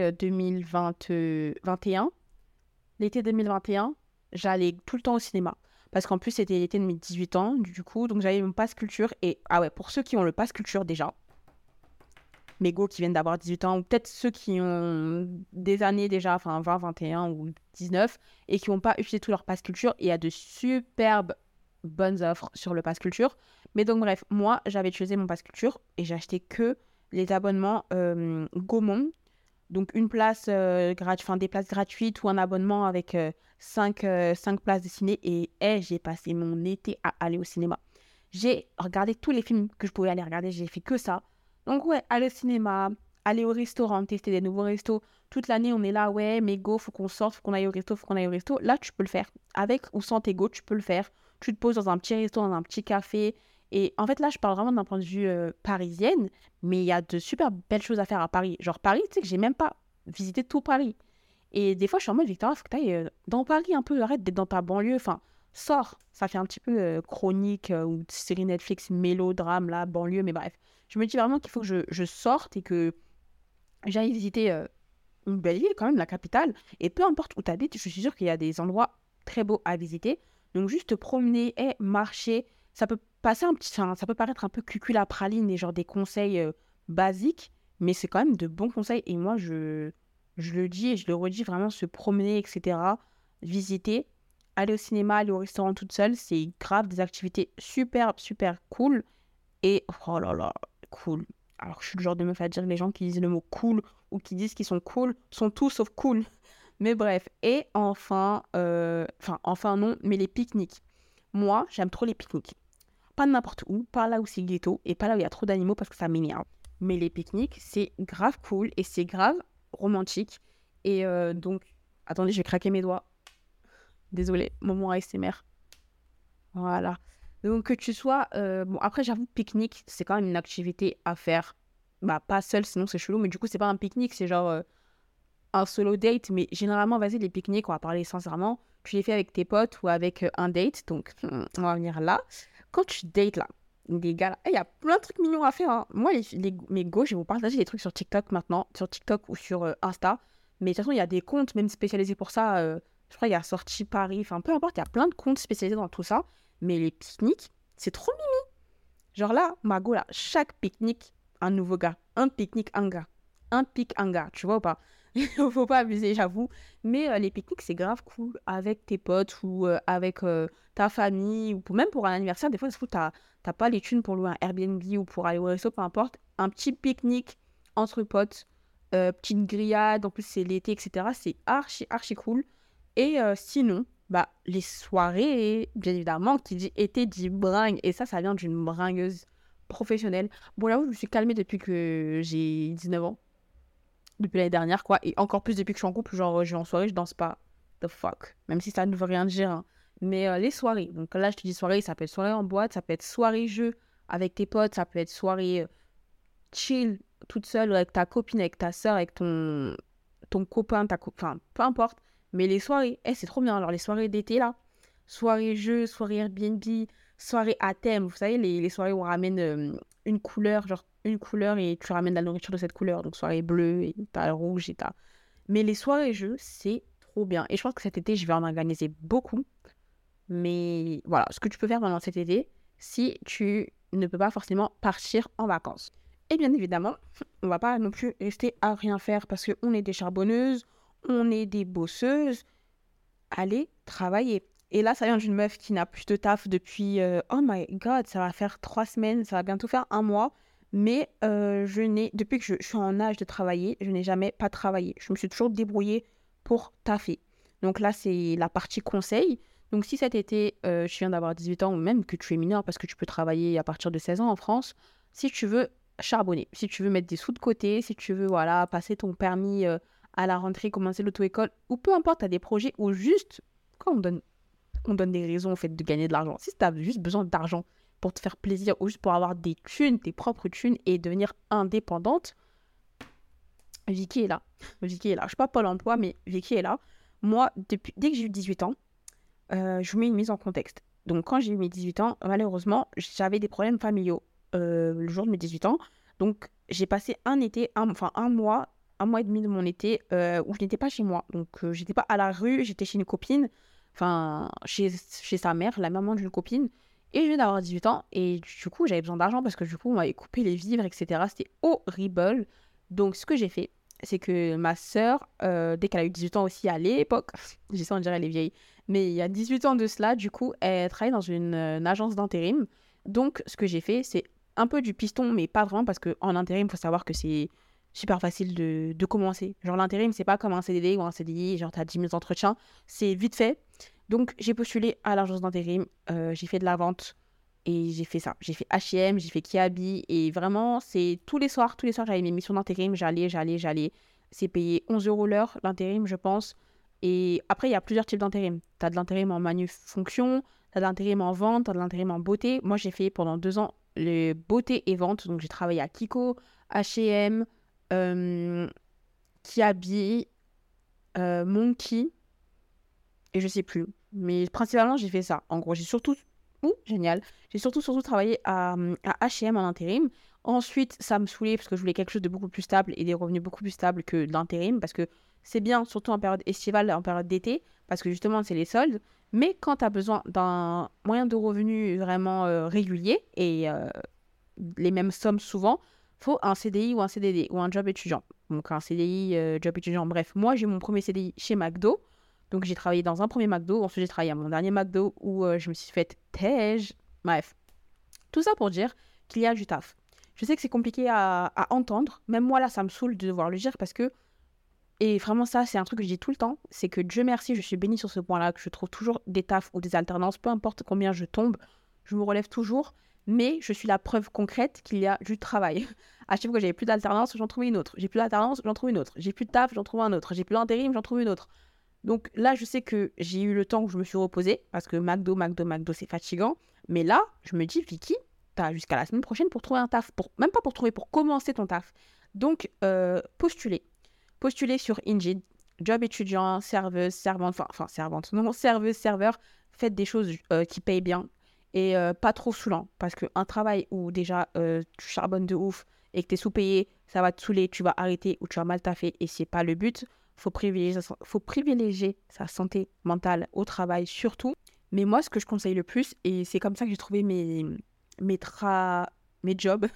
l'été 2021, j'allais tout le temps au cinéma. Parce qu'en plus, c'était l'été de mes 18 ans, du coup. Donc, j'avais mon pass culture. Et, ah ouais, pour ceux qui ont le pass culture déjà, mes go qui viennent d'avoir 18 ans, ou peut-être ceux qui ont des années déjà, enfin 20, 21 ou 19, et qui n'ont pas utilisé tout leur pass culture, il y a de superbes bonnes offres sur le pass culture. Mais donc bref, moi, j'avais utilisé mon pass culture et j'ai acheté que les abonnements Gaumont. Donc une place des places gratuites ou un abonnement avec 5 places de ciné. Et j'ai passé mon été à aller au cinéma. J'ai regardé tous les films que je pouvais aller regarder, j'ai fait que ça. Donc ouais, aller au cinéma, aller au restaurant, tester des nouveaux restos. Toute l'année, on est là, ouais, mais go, faut qu'on sorte, faut qu'on aille au resto, faut qu'on aille au resto. Là, tu peux le faire. Avec ou sans tes go, tu peux le faire. Tu te poses dans un petit resto, dans un petit café. Et en fait, là, je parle vraiment d'un point de vue parisienne, mais il y a de super belles choses à faire à Paris. Genre Paris, tu sais que j'ai même pas visité tout Paris. Et des fois, je suis en mode, Victoria, faut que tu ailles dans Paris un peu, arrête d'être dans ta banlieue. Enfin, sors. Ça fait un petit peu chronique ou série Netflix, mélodrame, là, banlieue, mais bref. Je me dis vraiment qu'il faut que je sorte et que j'aille visiter une belle ville, quand même, la capitale. Et peu importe où tu habites, je suis sûre qu'il y a des endroits très beaux à visiter. Donc, juste te promener et marcher, ça peut ça peut paraître un peu cucul à praline et genre des conseils basiques, mais c'est quand même de bons conseils. Et moi, je le dis et je le redis, vraiment se promener, etc. Visiter, aller au cinéma, aller au restaurant toute seule, c'est grave des activités super, super cool. Et oh là là, cool. Alors je suis le genre de meuf à dire que les gens qui disent le mot cool ou qui disent qu'ils sont cool sont tout sauf cool. Mais bref. Et enfin non, mais les pique-niques. Moi, j'aime trop les pique-niques. Pas n'importe où, pas là où c'est ghetto et pas là où il y a trop d'animaux parce que ça m'énerve. Mais les pique-niques, c'est grave cool et c'est grave romantique. Et donc, attendez, je vais craquer mes doigts. Désolée, moment ASMR. Voilà. Donc, que tu sois... Bon, après, j'avoue, pique-nique, c'est quand même une activité à faire. Bah, pas seul, sinon c'est chelou. Mais du coup, c'est pas un pique-nique, c'est genre un solo date. Mais généralement, vas-y, les pique-niques, on va parler sincèrement, tu les fais avec tes potes ou avec un date. Donc, on va venir là. Quand tu dates, là, les gars, il y a plein de trucs mignons à faire. Hein. Moi, mes go, je vais vous partager des trucs sur TikTok maintenant, sur TikTok ou sur Insta. Mais de toute façon, il y a des comptes même spécialisés pour ça. Je crois qu'il y a Sorti Paris. Enfin, peu importe, il y a plein de comptes spécialisés dans tout ça. Mais les pique-niques, c'est trop mignon. Genre là, ma go, là, chaque pique-nique, un nouveau gars. Un pique-nique, un gars. Un pique, un gars. Tu vois ou pas? Faut pas abuser, j'avoue. Mais les pique-niques, c'est grave cool avec tes potes ou avec ta famille ou même pour un anniversaire. Des fois, t'as pas les thunes pour louer un Airbnb ou pour aller au resto, peu importe. Un petit pique-nique entre potes, petite grillade, en plus c'est l'été, etc. C'est archi, archi cool. Et sinon, bah, les soirées, bien évidemment, qui dit été dit bringue. Et ça vient d'une bringueuse professionnelle. Bon, là où je me suis calmée depuis que j'ai 19 ans. Depuis l'année dernière, quoi. Et encore plus depuis que je suis en couple, genre, je vais en soirée, je danse pas. The fuck. Même si ça ne veut rien dire. Hein. Mais les soirées. Donc là, je te dis soirée, ça peut être soirée en boîte, ça peut être soirée jeu avec tes potes, ça peut être soirée chill, toute seule, avec ta copine, avec ta soeur, avec ton copain, enfin, peu importe. Mais les soirées, c'est trop bien. Alors, les soirées d'été, là, soirée jeu, soirée Airbnb, soirée à thème. Vous savez, les soirées où on ramène une couleur, genre une couleur et tu ramènes la nourriture de cette couleur. Donc, soirée bleue et t'as le rouge et t'as... Mais les soirées jeux, c'est trop bien. Et je pense que cet été, je vais en organiser beaucoup. Mais voilà, ce que tu peux faire pendant cet été, si tu ne peux pas forcément partir en vacances. Et bien évidemment, on va pas non plus rester à rien faire parce qu'on est des charbonneuses, on est des bosseuses. Allez travailler. Et là, ça vient d'une meuf qui n'a plus de taf depuis... oh my god, ça va faire 3 semaines, ça va bientôt faire 1 mois. Mais depuis que je suis en âge de travailler, je n'ai jamais pas travaillé. Je me suis toujours débrouillée pour taffer. Donc là, c'est la partie conseil. Donc si cet été, je viens d'avoir 18 ans, ou même que tu es mineur, parce que tu peux travailler à partir de 16 ans en France, si tu veux charbonner, si tu veux mettre des sous de côté, si tu veux voilà, passer ton permis à la rentrée, commencer l'auto-école, ou peu importe, tu as des projets où juste, quand on donne des raisons au fait de gagner de l'argent. Si tu as juste besoin d'argent pour te faire plaisir ou juste pour avoir des thunes, tes propres thunes et devenir indépendante, Vicky est là. Vicky est là. Je ne suis pas Pôle emploi, mais Vicky est là. Moi, dès que j'ai eu 18 ans, je vous mets une mise en contexte. Donc, quand j'ai eu mes 18 ans, malheureusement, j'avais des problèmes familiaux le jour de mes 18 ans. Donc, j'ai passé un mois et demi de mon été où je n'étais pas chez moi. Donc, j'étais pas à la rue, j'étais chez une copine, enfin, chez sa mère, la maman d'une copine. Et je viens d'avoir 18 ans et du coup, j'avais besoin d'argent parce que du coup, on m'avait coupé les vivres, etc. C'était horrible. Donc, ce que j'ai fait, c'est que ma sœur, dès qu'elle a eu 18 ans aussi à l'époque, j'ai ça, on dirait elle est vieille, mais il y a 18 ans de cela, du coup, elle travaille dans une agence d'intérim. Donc, ce que j'ai fait, c'est un peu du piston, mais pas vraiment, parce qu'en intérim, il faut savoir que c'est super facile de commencer. Genre, l'intérim, c'est pas comme un CDD ou un CDI, genre, t'as 10 000 entretiens, c'est vite fait. Donc, j'ai postulé à l'agence d'intérim, j'ai fait de la vente, et j'ai fait ça. J'ai fait H&M, j'ai fait Kiabi, et vraiment, c'est tous les soirs, j'avais mes missions d'intérim, j'allais. C'est payé 11 € l'heure, l'intérim, je pense. Et après, il y a plusieurs types d'intérim. Tu as de l'intérim en manuf-fonction, tu as de l'intérim en vente, tu as de l'intérim en beauté. Moi, j'ai fait pendant 2 ans le beauté et vente. Donc, j'ai travaillé à Kiko, H&M, Kiabi, Monkey, et je sais plus. Mais principalement, j'ai fait ça. En gros, génial. J'ai surtout travaillé à H&M en intérim. Ensuite, ça me saoulait parce que je voulais quelque chose de beaucoup plus stable et des revenus beaucoup plus stables que de l'intérim parce que c'est bien, surtout en période estivale, en période d'été, parce que justement, c'est les soldes. Mais quand tu as besoin d'un moyen de revenu vraiment régulier et les mêmes sommes souvent, faut un CDI ou un CDD ou un job étudiant. Donc un CDI, job étudiant. Bref, moi, j'ai eu mon premier CDI chez McDo. Donc, j'ai travaillé dans un premier McDo. Ensuite, j'ai travaillé à mon dernier McDo où je me suis faite tège. Bref, tout ça pour dire qu'il y a du taf. Je sais que c'est compliqué à entendre. Même moi, là, ça me saoule de devoir le dire parce que, et vraiment ça, c'est un truc que je dis tout le temps, c'est que Dieu merci, je suis bénie sur ce point-là, que je trouve toujours des tafs ou des alternances, peu importe combien je tombe, je me relève toujours, mais je suis la preuve concrète qu'il y a du travail. À chaque fois que j'avais plus d'alternance, j'en trouvais une autre. J'ai plus d'alternance, j'en trouve une autre. J'ai plus de taf, j'en trouve un autre. J'ai plus d'intérim, j'en trouve une autre. Donc là, je sais que j'ai eu le temps où je me suis reposée, parce que McDo, c'est fatigant. Mais là, je me dis, Vicky, t'as jusqu'à la semaine prochaine pour trouver un taf. Même pas pour trouver, pour commencer ton taf. Donc, postulez. Postulez sur Indeed, job étudiant, serveuse, servante, enfin servante, non, serveuse, serveur. Faites des choses qui payent bien et pas trop saoulant. Parce qu'un travail où déjà tu charbonnes de ouf et que t'es sous-payé, ça va te saouler, tu vas arrêter ou tu vas mal taffer et c'est pas le but. Faut privilégier sa santé mentale au travail surtout. Mais moi, ce que je conseille le plus, et c'est comme ça que j'ai trouvé mes jobs,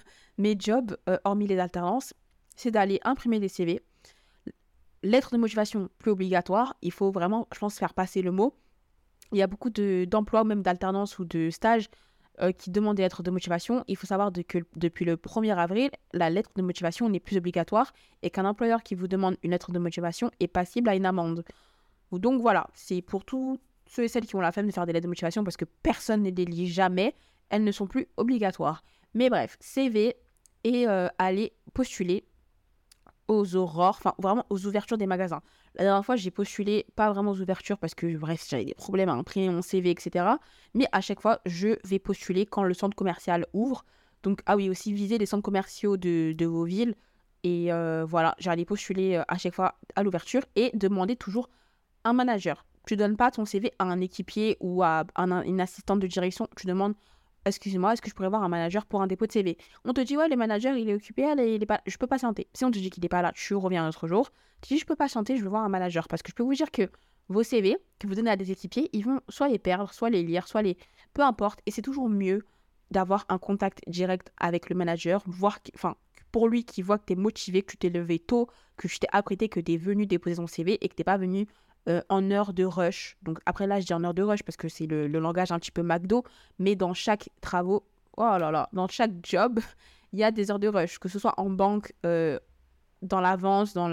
hormis les alternances, c'est d'aller imprimer des CV. Lettre de motivation, plus obligatoire. Il faut vraiment, je pense, faire passer le mot. Il y a beaucoup d'emplois, ou même d'alternance ou de stages qui demandent des lettres de motivation. Il faut savoir que depuis le 1er avril, la lettre de motivation n'est plus obligatoire et qu'un employeur qui vous demande une lettre de motivation est passible à une amende. Donc voilà, c'est pour tous ceux et celles qui ont la flemme de faire des lettres de motivation parce que personne ne les lit jamais, elles ne sont plus obligatoires. Mais bref, CV et aller postuler aux aurores, enfin vraiment aux ouvertures des magasins. La dernière fois, j'ai postulé pas vraiment aux ouvertures parce que bref, j'avais des problèmes à imprimer mon CV, etc. Mais à chaque fois, je vais postuler quand le centre commercial ouvre. Donc, ah oui, aussi viser les centres commerciaux de vos villes. Et voilà, j'allais postuler à chaque fois à l'ouverture et demander toujours un manager. Tu donnes pas ton CV à un équipier ou à une assistante de direction. Tu demandes, excusez-moi, est-ce que je pourrais voir un manager pour un dépôt de CV? On te dit, ouais, le manager, il est occupé, il est pas... je peux patienter. Si on te dit qu'il n'est pas là, tu reviens un autre jour. Tu dis, je peux patienter, je veux voir un manager. Parce que je peux vous dire que vos CV que vous donnez à des équipiers, ils vont soit les perdre, soit les lire, soit les... Peu importe. Et c'est toujours mieux d'avoir un contact direct avec le manager, pour lui qui voit que tu es motivé, que tu t'es levé tôt, que tu t'es apprêté, que tu es venu déposer ton CV et que tu n'es pas venu en heure de rush. Donc après là, je dis en heure de rush parce que c'est le langage un petit peu McDo, mais dans chaque travaux, oh là là, dans chaque job, il y a des heures de rush, que ce soit en banque, dans la vente, dans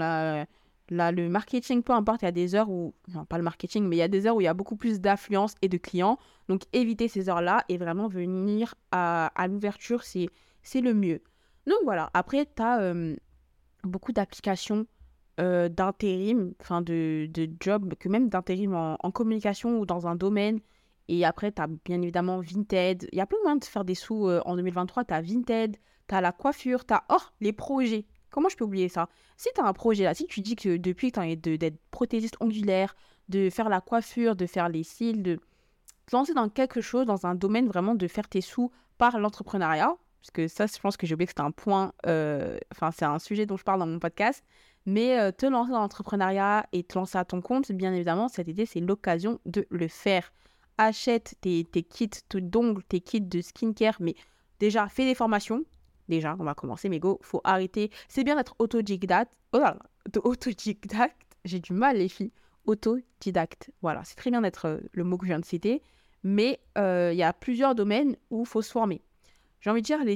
le marketing, peu importe, il y a des heures où, non pas le marketing, mais il y a des heures où il y a beaucoup plus d'affluence et de clients. Donc éviter ces heures-là et vraiment venir à l'ouverture, c'est le mieux. Donc voilà, après, tu as beaucoup d'applications d'intérim, enfin de job, que même d'intérim en communication ou dans un domaine. Et après, tu as bien évidemment Vinted. Il y a plein de moyens de faire des sous en 2023. Tu as Vinted, tu as la coiffure, tu as les projets. Comment je peux oublier ça? Si tu as un projet là, si tu dis que depuis que tu as envie d'être prothésiste ongulaire, de faire la coiffure, de faire les cils, de te lancer dans quelque chose, dans un domaine vraiment de faire tes sous par l'entrepreneuriat, parce que ça, je pense que j'ai oublié que c'était un point, c'est un sujet dont je parle dans mon podcast, mais te lancer dans l'entrepreneuriat et te lancer à ton compte, bien évidemment, cette idée, c'est l'occasion de le faire. Achète tes kits d'ongles, tes kits de skincare, mais déjà, fais des formations. Déjà, on va commencer, mais go, faut arrêter. C'est bien d'être autodidacte. Oh là là, autodidacte, j'ai du mal, les filles. Autodidacte, voilà, c'est très bien d'être le mot que je viens de citer, mais il y a plusieurs domaines où il faut se former. J'ai envie de dire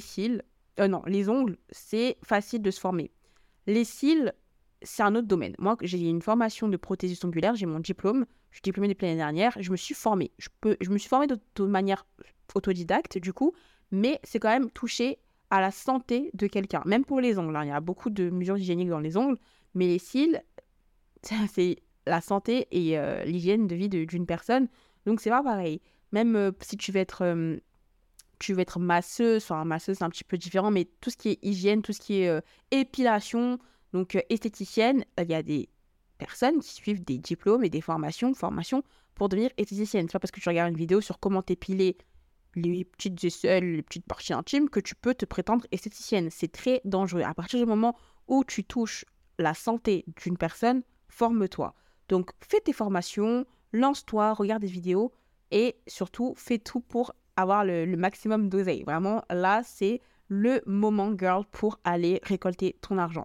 les ongles, c'est facile de se former. Les cils, c'est un autre domaine. Moi, j'ai une formation de prothésiste ongulaire, j'ai mon diplôme, je suis diplômée depuis l'année dernière, je me suis formée. Je me suis formée de manière autodidacte, du coup, mais c'est quand même touché à la santé de quelqu'un. Même pour les ongles, hein. Il y a beaucoup de mesures hygiéniques dans les ongles, mais les cils, c'est la santé et l'hygiène de vie d'une personne. Donc, c'est pas pareil. Même si tu veux être masseuse, enfin masseuse c'est un petit peu différent, mais tout ce qui est hygiène, tout ce qui est épilation, donc esthéticienne, il y a des personnes qui suivent des diplômes et des formations pour devenir esthéticienne. C'est pas parce que tu regardes une vidéo sur comment t'épiler les petites aisselles, les petites parties intimes que tu peux te prétendre esthéticienne. C'est très dangereux. À partir du moment où tu touches la santé d'une personne, forme-toi. Donc fais tes formations, lance-toi, regarde des vidéos et surtout fais tout pour avoir le maximum d'oseille. Vraiment, là, c'est le moment, girl, pour aller récolter ton argent.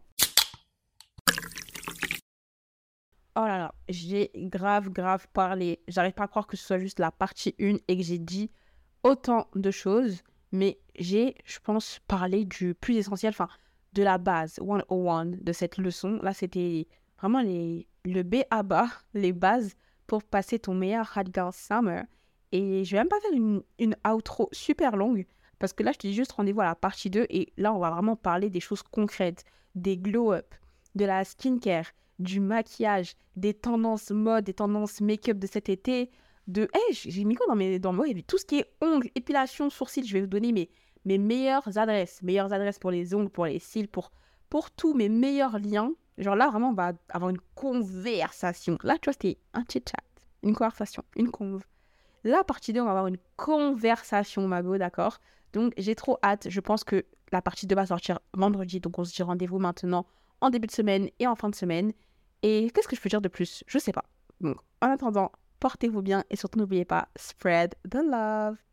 Oh là là, j'ai grave parlé. J'arrive pas à croire que ce soit juste la partie 1 et que j'ai dit autant de choses. mais j'ai, je pense, parlé du plus essentiel, enfin, de la base, 101 de cette leçon. Là, c'était vraiment le B à bas, les bases pour passer ton meilleur Hot Girl Summer. Et je vais même pas faire une outro super longue, parce que là, je te dis juste rendez-vous à la partie 2, et là, on va vraiment parler des choses concrètes, des glow-up, de la skincare, du maquillage, des tendances mode, des tendances make-up de cet été, j'ai mis quoi dans mes mots, il y avait tout ce qui est ongles, épilation, sourcils, je vais vous donner mes meilleures adresses pour les ongles, pour les cils, pour tous mes meilleurs liens. Genre là, vraiment, on va avoir une conversation. Là, tu vois, c'était un chit-chat, une conversation, une conve. Là, partie 2, on va avoir une conversation, ma go, d'accord? Donc, j'ai trop hâte. Je pense que la partie 2 va sortir vendredi. Donc, on se dit rendez-vous maintenant en début de semaine et en fin de semaine. Et qu'est-ce que je peux dire de plus? Je sais pas. Donc, en attendant, portez-vous bien et surtout n'oubliez pas, spread the love.